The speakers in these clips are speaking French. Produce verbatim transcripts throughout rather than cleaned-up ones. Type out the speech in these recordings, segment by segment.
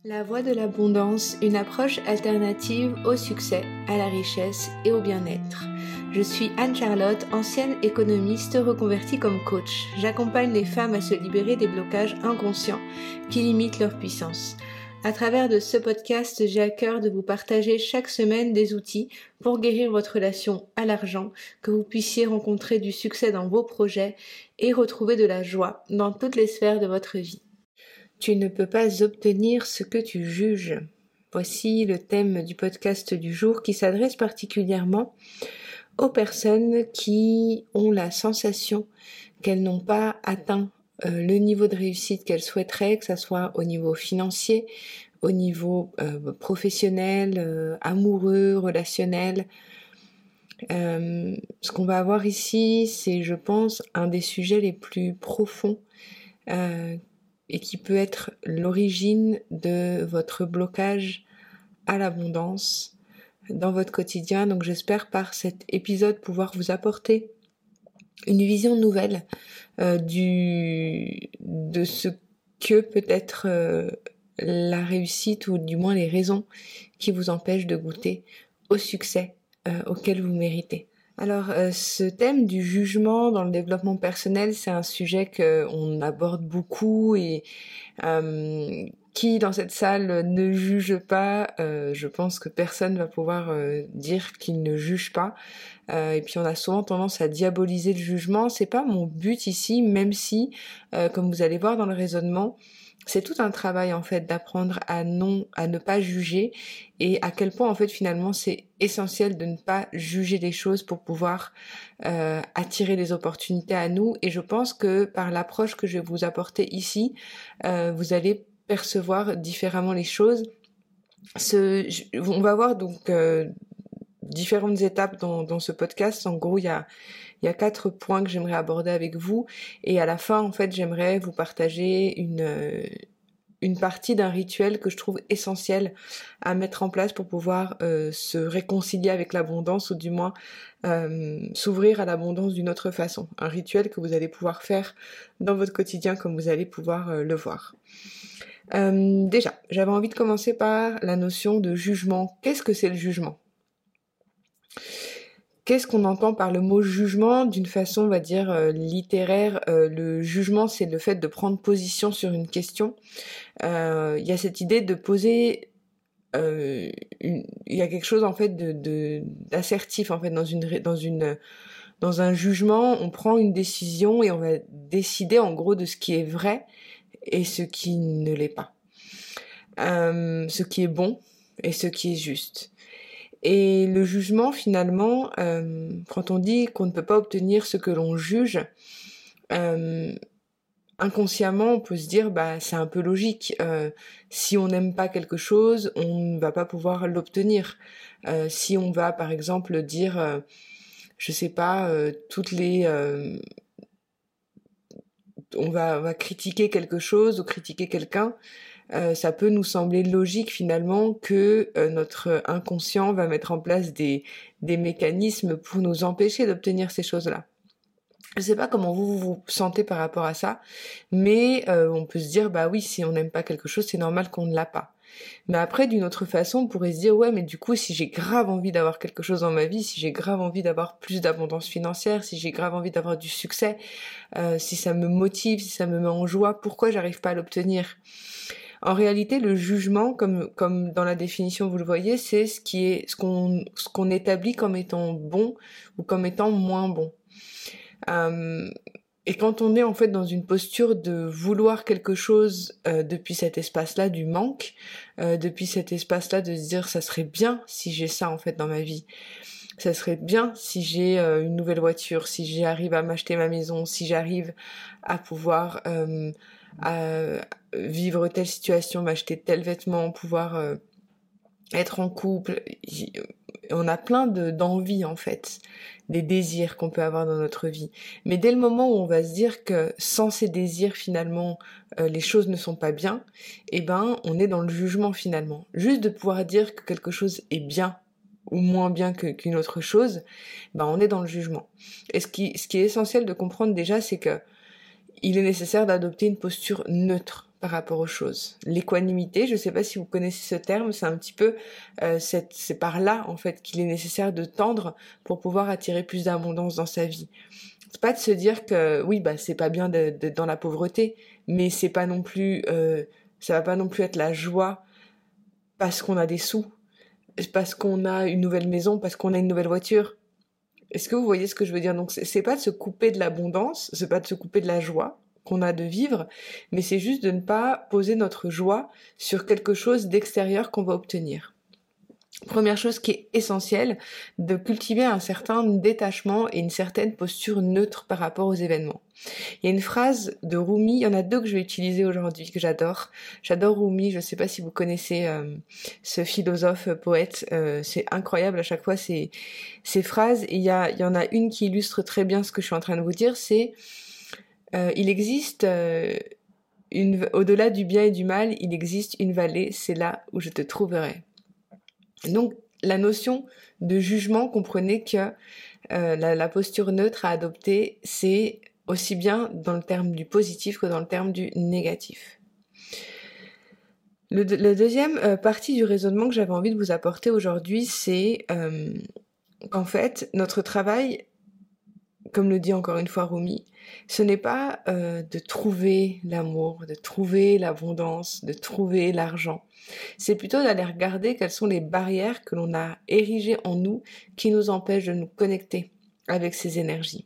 La voie de l'abondance, une approche alternative au succès, à la richesse et au bien-être. Je suis Anne-Charlotte, ancienne économiste reconvertie comme coach. J'accompagne les femmes à se libérer des blocages inconscients qui limitent leur puissance. À travers de ce podcast, j'ai à cœur de vous partager chaque semaine des outils pour guérir votre relation à l'argent, que vous puissiez rencontrer du succès dans vos projets et retrouver de la joie dans toutes les sphères de votre vie. Tu ne peux pas obtenir ce que tu juges. Voici le thème du podcast du jour qui s'adresse particulièrement aux personnes qui ont la sensation qu'elles n'ont pas atteint euh, le niveau de réussite qu'elles souhaiteraient, que ce soit au niveau financier, au niveau euh, professionnel, euh, amoureux, relationnel. Euh, ce qu'on va avoir ici, c'est, je pense, un des sujets les plus profonds euh, et qui peut être l'origine de votre blocage à l'abondance dans votre quotidien. Donc j'espère par cet épisode pouvoir vous apporter une vision nouvelle euh, du, de ce que peut être euh, la réussite, ou du moins les raisons qui vous empêchent de goûter au succès euh, auquel vous méritez. Alors, euh, ce thème du jugement dans le développement personnel, c'est un sujet qu'on aborde beaucoup et euh, qui, dans cette salle, ne juge pas, euh, je pense que personne va pouvoir euh, dire qu'il ne juge pas. Euh, et puis, on a souvent tendance à diaboliser le jugement. C'est pas mon but ici, même si, euh, comme vous allez voir dans le raisonnement, c'est tout un travail en fait d'apprendre à non, à ne pas juger, et à quel point en fait finalement c'est essentiel de ne pas juger les choses pour pouvoir euh, attirer les opportunités à nous. Et je pense que par l'approche que je vais vous apporter ici, euh, vous allez percevoir différemment les choses. Ce, je, on va voir donc euh, différentes étapes dans, dans ce podcast. En gros, il y a Il y a quatre points que j'aimerais aborder avec vous, et à la fin, en fait, j'aimerais vous partager une, euh, une partie d'un rituel que je trouve essentiel à mettre en place pour pouvoir euh, se réconcilier avec l'abondance, ou du moins euh, s'ouvrir à l'abondance d'une autre façon. Un rituel que vous allez pouvoir faire dans votre quotidien comme vous allez pouvoir euh, le voir. Euh, déjà, j'avais envie de commencer par la notion de jugement. Qu'est-ce que c'est le jugement ? Qu'est-ce qu'on entend par le mot jugement d'une façon, on va dire, euh, littéraire? euh, Le jugement, c'est le fait de prendre position sur une question. Euh, Il y a cette idée de poser... euh, une- Il y a quelque chose en fait de, de d'assertif en fait dans une ré- dans une dans un jugement. On prend une décision et on va décider en gros de ce qui est vrai et ce qui ne l'est pas, Euh, ce qui est bon et ce qui est juste. Et le jugement, finalement, euh, quand on dit qu'on ne peut pas obtenir ce que l'on juge, euh, inconsciemment, on peut se dire, bah, c'est un peu logique. Euh, si on n'aime pas quelque chose, on ne va pas pouvoir l'obtenir. Euh, si on va, par exemple, dire, euh, je sais pas, euh, toutes les, euh, on va, on va critiquer quelque chose ou critiquer quelqu'un. Euh, ça peut nous sembler logique finalement que euh, notre inconscient va mettre en place des, des mécanismes pour nous empêcher d'obtenir ces choses-là. Je sais pas comment vous vous sentez par rapport à ça, mais euh, on peut se dire, bah oui, si on n'aime pas quelque chose, c'est normal qu'on ne l'a pas. Mais après, d'une autre façon, on pourrait se dire, ouais, mais du coup, si j'ai grave envie d'avoir quelque chose dans ma vie, si j'ai grave envie d'avoir plus d'abondance financière, si j'ai grave envie d'avoir du succès, euh, si ça me motive, si ça me met en joie, pourquoi j'arrive pas à l'obtenir ? En réalité, le jugement, comme, comme dans la définition vous le voyez, c'est ce qui est, ce qu'on, ce qu'on établit comme étant bon ou comme étant moins bon. Euh, et quand on est en fait dans une posture de vouloir quelque chose euh, depuis cet espace-là du manque, euh, depuis cet espace-là de se dire ça serait bien si j'ai ça en fait dans ma vie, ça serait bien si j'ai euh, une nouvelle voiture, si j'arrive à m'acheter ma maison, si j'arrive à pouvoir euh, à vivre telle situation, m'acheter tel vêtement, pouvoir euh, être en couple. On a plein de, d'envies en fait, des désirs qu'on peut avoir dans notre vie. Mais dès le moment où on va se dire que sans ces désirs finalement euh, les choses ne sont pas bien, eh ben on est dans le jugement finalement. Juste de pouvoir dire que quelque chose est bien ou moins bien que, qu'une autre chose, ben on est dans le jugement. Et ce qui, ce qui est essentiel de comprendre déjà, c'est que il est nécessaire d'adopter une posture neutre par rapport aux choses. L'équanimité, je ne sais pas si vous connaissez ce terme, c'est un petit peu, euh, cette, c'est par là en fait qu'il est nécessaire de tendre pour pouvoir attirer plus d'abondance dans sa vie. C'est pas de se dire que oui, bah c'est pas bien d'être dans la pauvreté, mais c'est pas non plus, euh, ça va pas non plus être la joie parce qu'on a des sous, parce qu'on a une nouvelle maison, parce qu'on a une nouvelle voiture. Est-ce que vous voyez ce que je veux dire? Donc c'est, c'est pas de se couper de l'abondance, c'est pas de se couper de la joie qu'on a de vivre, mais c'est juste de ne pas poser notre joie sur quelque chose d'extérieur qu'on va obtenir. Première chose qui est essentielle, de cultiver un certain détachement et une certaine posture neutre par rapport aux événements. Il y a une phrase de Rumi, il y en a deux que je vais utiliser aujourd'hui, que j'adore. J'adore Rumi, je ne sais pas si vous connaissez euh, ce philosophe, poète, euh, c'est incroyable à chaque fois ces, ces phrases. Et il y, a, il y en a une qui illustre très bien ce que je suis en train de vous dire, c'est euh, il existe, euh, une, au-delà du bien et du mal, il existe une vallée, c'est là où je te trouverai. Donc la notion de jugement, comprenez que euh, la, la posture neutre à adopter, c'est aussi bien dans le terme du positif que dans le terme du négatif. Le, le deuxième euh, partie du raisonnement que j'avais envie de vous apporter aujourd'hui, c'est euh, qu'en fait, notre travail, comme le dit encore une fois Rumi, ce n'est pas euh, de trouver l'amour, de trouver l'abondance, de trouver l'argent. C'est plutôt d'aller regarder quelles sont les barrières que l'on a érigées en nous qui nous empêchent de nous connecter avec ces énergies.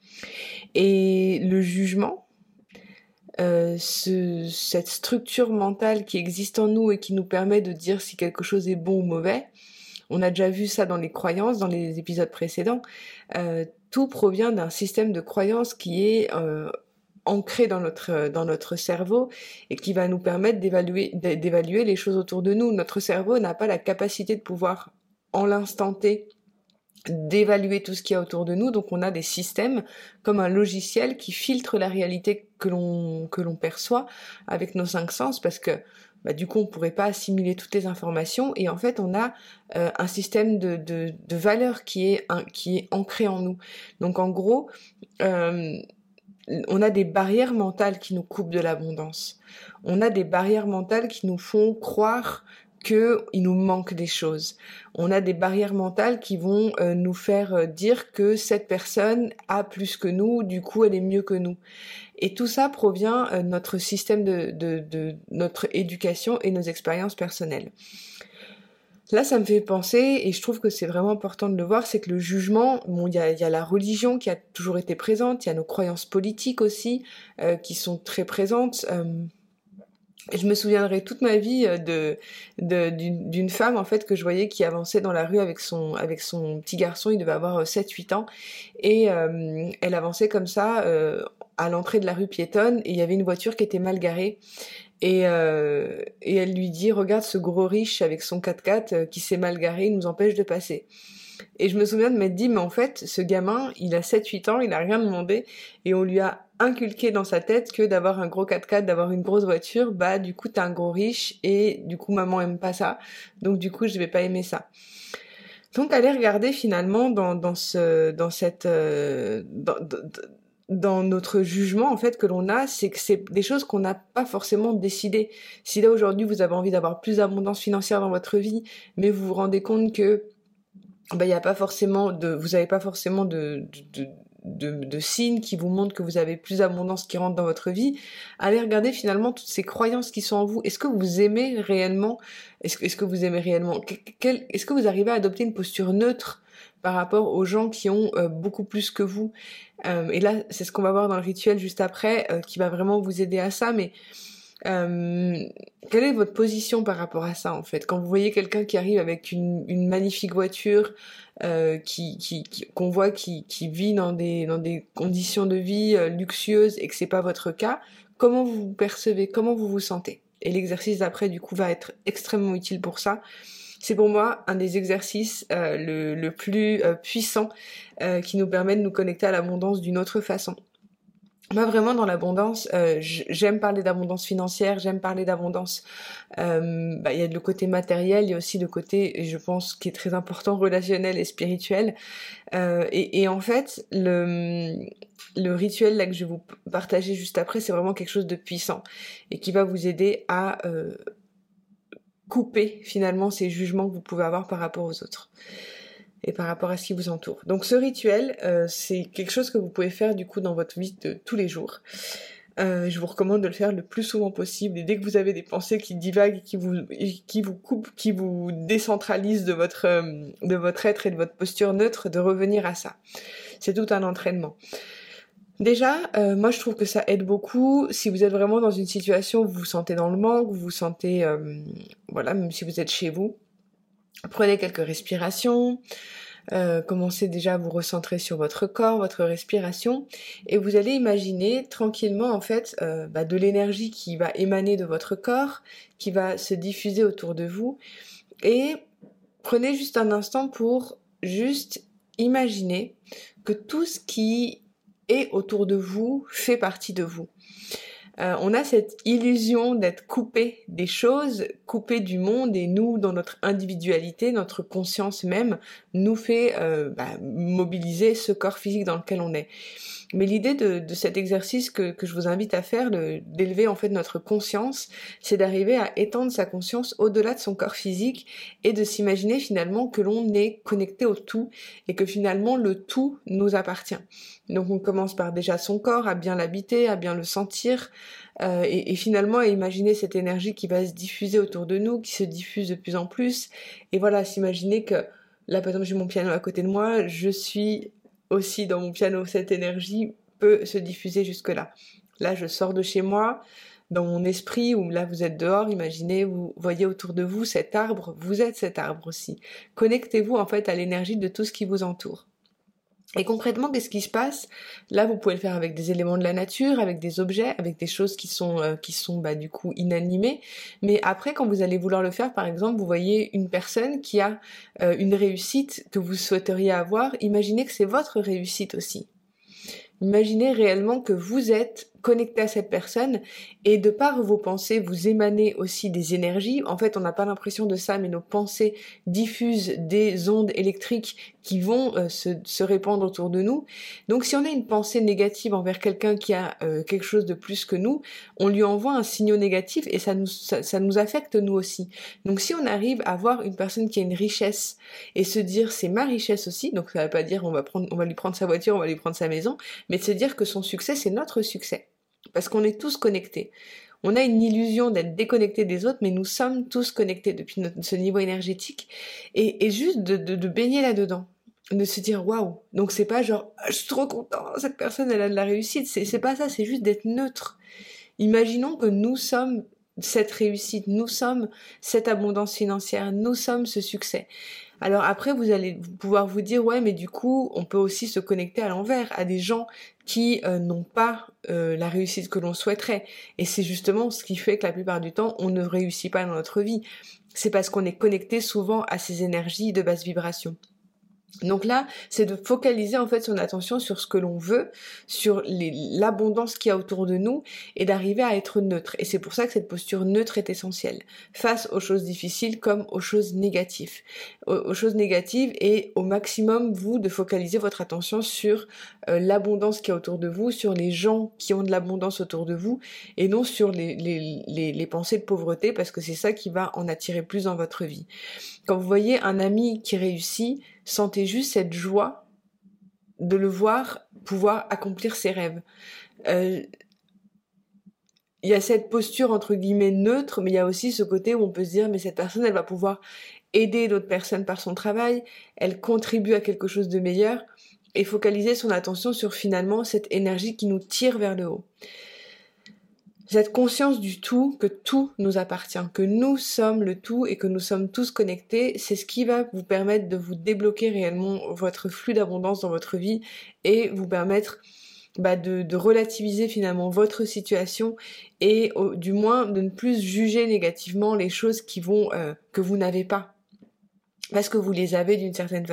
Et le jugement, euh, ce, cette structure mentale qui existe en nous et qui nous permet de dire si quelque chose est bon ou mauvais, on a déjà vu ça dans les croyances, dans les épisodes précédents, euh, tout provient d'un système de croyances qui est euh, ancré dans notre, dans notre cerveau et qui va nous permettre d'évaluer, d'évaluer les choses autour de nous. Notre cerveau n'a pas la capacité de pouvoir, en l'instant T, d'évaluer tout ce qu'il y a autour de nous, donc on a des systèmes comme un logiciel qui filtre la réalité que l'on, que l'on perçoit avec nos cinq sens, parce que bah, du coup on pourrait pas assimiler toutes les informations, et en fait on a euh, un système de, de, de valeurs qui est, un, qui est ancré en nous. Donc en gros, euh, on a des barrières mentales qui nous coupent de l'abondance. On a des barrières mentales qui nous font croire qu'il nous manque des choses. On a des barrières mentales qui vont euh, nous faire euh, dire que cette personne a plus que nous, du coup elle est mieux que nous. Et tout ça provient euh, de notre système de, de, de notre éducation et nos expériences personnelles. Là, ça me fait penser, et je trouve que c'est vraiment important de le voir, c'est que le jugement, bon, il y a, y a la religion qui a toujours été présente, il y a nos croyances politiques aussi, euh, qui sont très présentes. Euh, et je me souviendrai toute ma vie de, de d'une, d'une femme en fait que je voyais qui avançait dans la rue avec son avec son petit garçon, il devait avoir sept huit ans, et euh, elle avançait comme ça euh, à l'entrée de la rue piétonne, et il y avait une voiture qui était mal garée. Et, euh, et elle lui dit « Regarde ce gros riche avec son quatre-quatre qui s'est mal garé, il nous empêche de passer. » Et je me souviens de m'être dit « Mais en fait, ce gamin, il a sept huit ans, il a rien demandé, et on lui a inculqué dans sa tête que d'avoir un gros quatre-quatre, d'avoir une grosse voiture, bah du coup t'es un gros riche, et du coup maman aime pas ça, donc du coup je vais pas aimer ça. » Donc allez regarder finalement dans, dans, ce, dans cette... Euh, dans, dans, dans notre jugement en fait que l'on a, c'est que c'est des choses qu'on n'a pas forcément décidées. Si là aujourd'hui vous avez envie d'avoir plus d'abondance financière dans votre vie, mais vous vous rendez compte que bah, y a pas forcément de, vous n'avez pas forcément de, de, de, de, de signes qui vous montrent que vous avez plus d'abondance qui rentre dans votre vie, allez regarder finalement toutes ces croyances qui sont en vous. Est-ce que vous aimez réellement, est-ce que, est-ce que vous aimez réellement, Quel, est-ce que vous arrivez à adopter une posture neutre par rapport aux gens qui ont euh, beaucoup plus que vous, euh, et là c'est ce qu'on va voir dans le rituel juste après, euh, qui va vraiment vous aider à ça, mais euh, quelle est votre position par rapport à ça en fait, quand vous voyez quelqu'un qui arrive avec une, une magnifique voiture, euh, qui, qui, qui, qu'on voit qui, qui vit dans des, dans des conditions de vie euh, luxueuses et que c'est pas votre cas, comment vous vous percevez, comment vous vous sentez? Et l'exercice d'après du coup va être extrêmement utile pour ça. C'est pour moi un des exercices euh, le, le plus euh, puissant euh, qui nous permet de nous connecter à l'abondance d'une autre façon. Moi vraiment dans l'abondance, euh, j'aime parler d'abondance financière, j'aime parler d'abondance, euh, bah, il y a le côté matériel, il y a aussi le côté, je pense, qui est très important, relationnel et spirituel. Euh, et, et en fait, le, le rituel là que je vais vous partager juste après, c'est vraiment quelque chose de puissant et qui va vous aider à euh, couper finalement ces jugements que vous pouvez avoir par rapport aux autres et par rapport à ce qui vous entoure. Donc ce rituel, euh, c'est quelque chose que vous pouvez faire du coup dans votre vie de tous les jours. Euh, je vous recommande de le faire le plus souvent possible, et dès que vous avez des pensées qui divaguent, qui vous, qui vous coupent, qui vous décentralisent de votre, euh, de votre être et de votre posture neutre, de revenir à ça. C'est tout un entraînement. Déjà, euh, moi je trouve que ça aide beaucoup si vous êtes vraiment dans une situation où vous vous sentez dans le manque, vous vous sentez, euh, voilà, même si vous êtes chez vous. Prenez quelques respirations, euh, commencez déjà à vous recentrer sur votre corps, votre respiration, et vous allez imaginer tranquillement en fait euh, bah, de l'énergie qui va émaner de votre corps, qui va se diffuser autour de vous, et prenez juste un instant pour juste imaginer que tout ce qui est autour de vous fait partie de vous. Euh, on a cette illusion d'être coupé des choses, coupé du monde, et nous, dans notre individualité, notre conscience même, nous fait euh, bah, mobiliser ce corps physique dans lequel on est. Mais l'idée de, de cet exercice que, que je vous invite à faire, de, d'élever en fait notre conscience, c'est d'arriver à étendre sa conscience au-delà de son corps physique et de s'imaginer finalement que l'on est connecté au tout et que finalement le tout nous appartient. Donc on commence par déjà son corps, à bien l'habiter, à bien le sentir, euh, et, et finalement à imaginer cette énergie qui va se diffuser autour de nous, qui se diffuse de plus en plus, et voilà, s'imaginer que là par exemple j'ai mon piano à côté de moi, je suis aussi dans mon piano, cette énergie peut se diffuser jusque là. Là je sors de chez moi, dans mon esprit, ou là vous êtes dehors, imaginez, vous voyez autour de vous cet arbre, vous êtes cet arbre aussi. Connectez-vous en fait à l'énergie de tout ce qui vous entoure. Et concrètement, qu'est-ce qui se passe? Là, vous pouvez le faire avec des éléments de la nature, avec des objets, avec des choses qui sont euh, qui sont bah du coup inanimées. Mais après, quand vous allez vouloir le faire, par exemple, vous voyez une personne qui a euh, une réussite que vous souhaiteriez avoir. Imaginez que c'est votre réussite aussi. Imaginez réellement que vous êtes connecté à cette personne, et de par vos pensées, vous émanez aussi des énergies. En fait, on n'a pas l'impression de ça, mais nos pensées diffusent des ondes électriques qui vont euh, se, se répandre autour de nous. Donc si on a une pensée négative envers quelqu'un qui a euh, quelque chose de plus que nous, on lui envoie un signal négatif, et ça nous, ça, ça nous affecte nous aussi. Donc si on arrive à voir une personne qui a une richesse et se dire c'est ma richesse aussi, donc ça ne veut pas dire on va prendre, on va lui prendre sa voiture, on va lui prendre sa maison, mais de se dire que son succès c'est notre succès. Parce qu'on est tous connectés. On a une illusion d'être déconnectés des autres, mais nous sommes tous connectés depuis notre, ce niveau énergétique. Et, et juste de, de, de baigner là-dedans. De se dire waouh. Donc c'est pas genre ah, je suis trop content, cette personne elle a de la réussite. C'est, c'est pas ça, c'est juste d'être neutre. Imaginons que nous sommes cette réussite, nous sommes cette abondance financière, nous sommes ce succès. Alors après, vous allez pouvoir vous dire, ouais, mais du coup, on peut aussi se connecter à l'envers, à des gens qui euh, n'ont pas euh, la réussite que l'on souhaiterait. Et c'est justement ce qui fait que la plupart du temps, on ne réussit pas dans notre vie. C'est parce qu'on est connecté souvent à ces énergies de basse vibration. Donc là, c'est de focaliser en fait son attention sur ce que l'on veut, sur les, l'abondance qu'il y a autour de nous, et d'arriver à être neutre. Et c'est pour ça que cette posture neutre est essentielle, face aux choses difficiles comme aux choses négatives. Aux, aux choses négatives, et au maximum, vous, de focaliser votre attention sur euh, l'abondance qu'il y a autour de vous, sur les gens qui ont de l'abondance autour de vous, et non sur les, les, les, les pensées de pauvreté, parce que c'est ça qui va en attirer plus dans votre vie. Quand vous voyez un ami qui réussit, sentez juste cette joie de le voir pouvoir accomplir ses rêves. Euh, il y a cette posture entre guillemets neutre, mais il y a aussi ce côté où on peut se dire mais cette personne elle va pouvoir aider d'autres personnes par son travail, elle contribue à quelque chose de meilleur, et focaliser son attention sur finalement cette énergie qui nous tire vers le haut. Cette conscience du tout, que tout nous appartient, que nous sommes le tout et que nous sommes tous connectés, c'est ce qui va vous permettre de vous débloquer réellement votre flux d'abondance dans votre vie, et vous permettre bah, de, de relativiser finalement votre situation, et au, du moins de ne plus juger négativement les choses qui vont euh, que vous n'avez pas, parce que vous les avez d'une certaine façon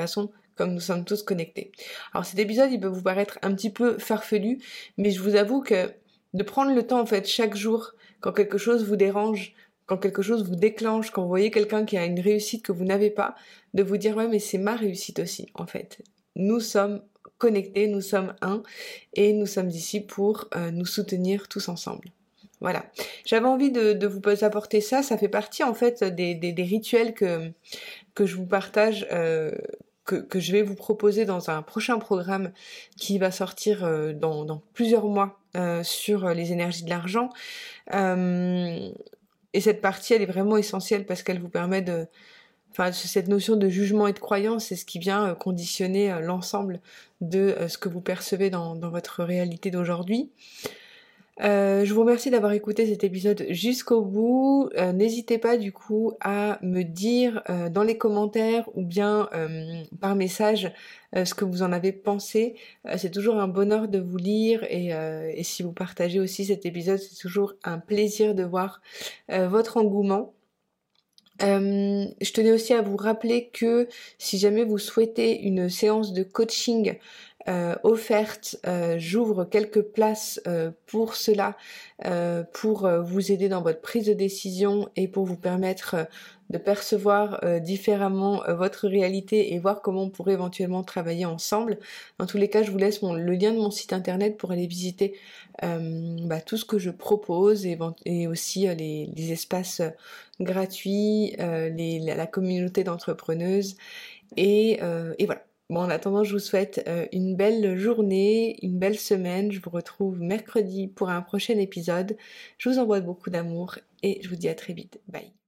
comme nous sommes tous connectés. Alors cet épisode, il peut vous paraître un petit peu farfelu, mais je vous avoue que de prendre le temps en fait chaque jour, quand quelque chose vous dérange, quand quelque chose vous déclenche, quand vous voyez quelqu'un qui a une réussite que vous n'avez pas, de vous dire ouais mais c'est ma réussite aussi en fait. Nous sommes connectés, nous sommes un et nous sommes ici pour euh, nous soutenir tous ensemble. Voilà, j'avais envie de, de vous apporter ça, ça fait partie en fait des, des, des rituels que, que je vous partage, euh, que, que je vais vous proposer dans un prochain programme qui va sortir euh, dans, dans plusieurs mois euh, sur les énergies de l'argent. Euh, et cette partie, elle est vraiment essentielle parce qu'elle vous permet de... Enfin, cette notion de jugement et de croyance, c'est ce qui vient euh, conditionner euh, l'ensemble de euh, ce que vous percevez dans, dans votre réalité d'aujourd'hui. Euh, je vous remercie d'avoir écouté cet épisode jusqu'au bout. Euh, n'hésitez pas du coup à me dire euh, dans les commentaires ou bien euh, par message euh, ce que vous en avez pensé. Euh, c'est toujours un bonheur de vous lire et, euh, et si vous partagez aussi cet épisode, c'est toujours un plaisir de voir euh, votre engouement. Euh, je tenais aussi à vous rappeler que si jamais vous souhaitez une séance de coaching euh, offerte, euh, j'ouvre quelques places euh, pour cela, euh, pour euh, vous aider dans votre prise de décision et pour vous permettre euh, de percevoir euh, différemment euh, votre réalité et voir comment on pourrait éventuellement travailler ensemble. Dans tous les cas, je vous laisse mon, le lien de mon site internet pour aller visiter euh, bah, tout ce que je propose et, et aussi euh, les, les espaces gratuits, euh, les, la, la communauté d'entrepreneuses et, euh, et voilà. Bon, en attendant, je vous souhaite euh, une belle journée, une belle semaine. Je vous retrouve mercredi pour un prochain épisode. Je vous envoie beaucoup d'amour et je vous dis à très vite. Bye.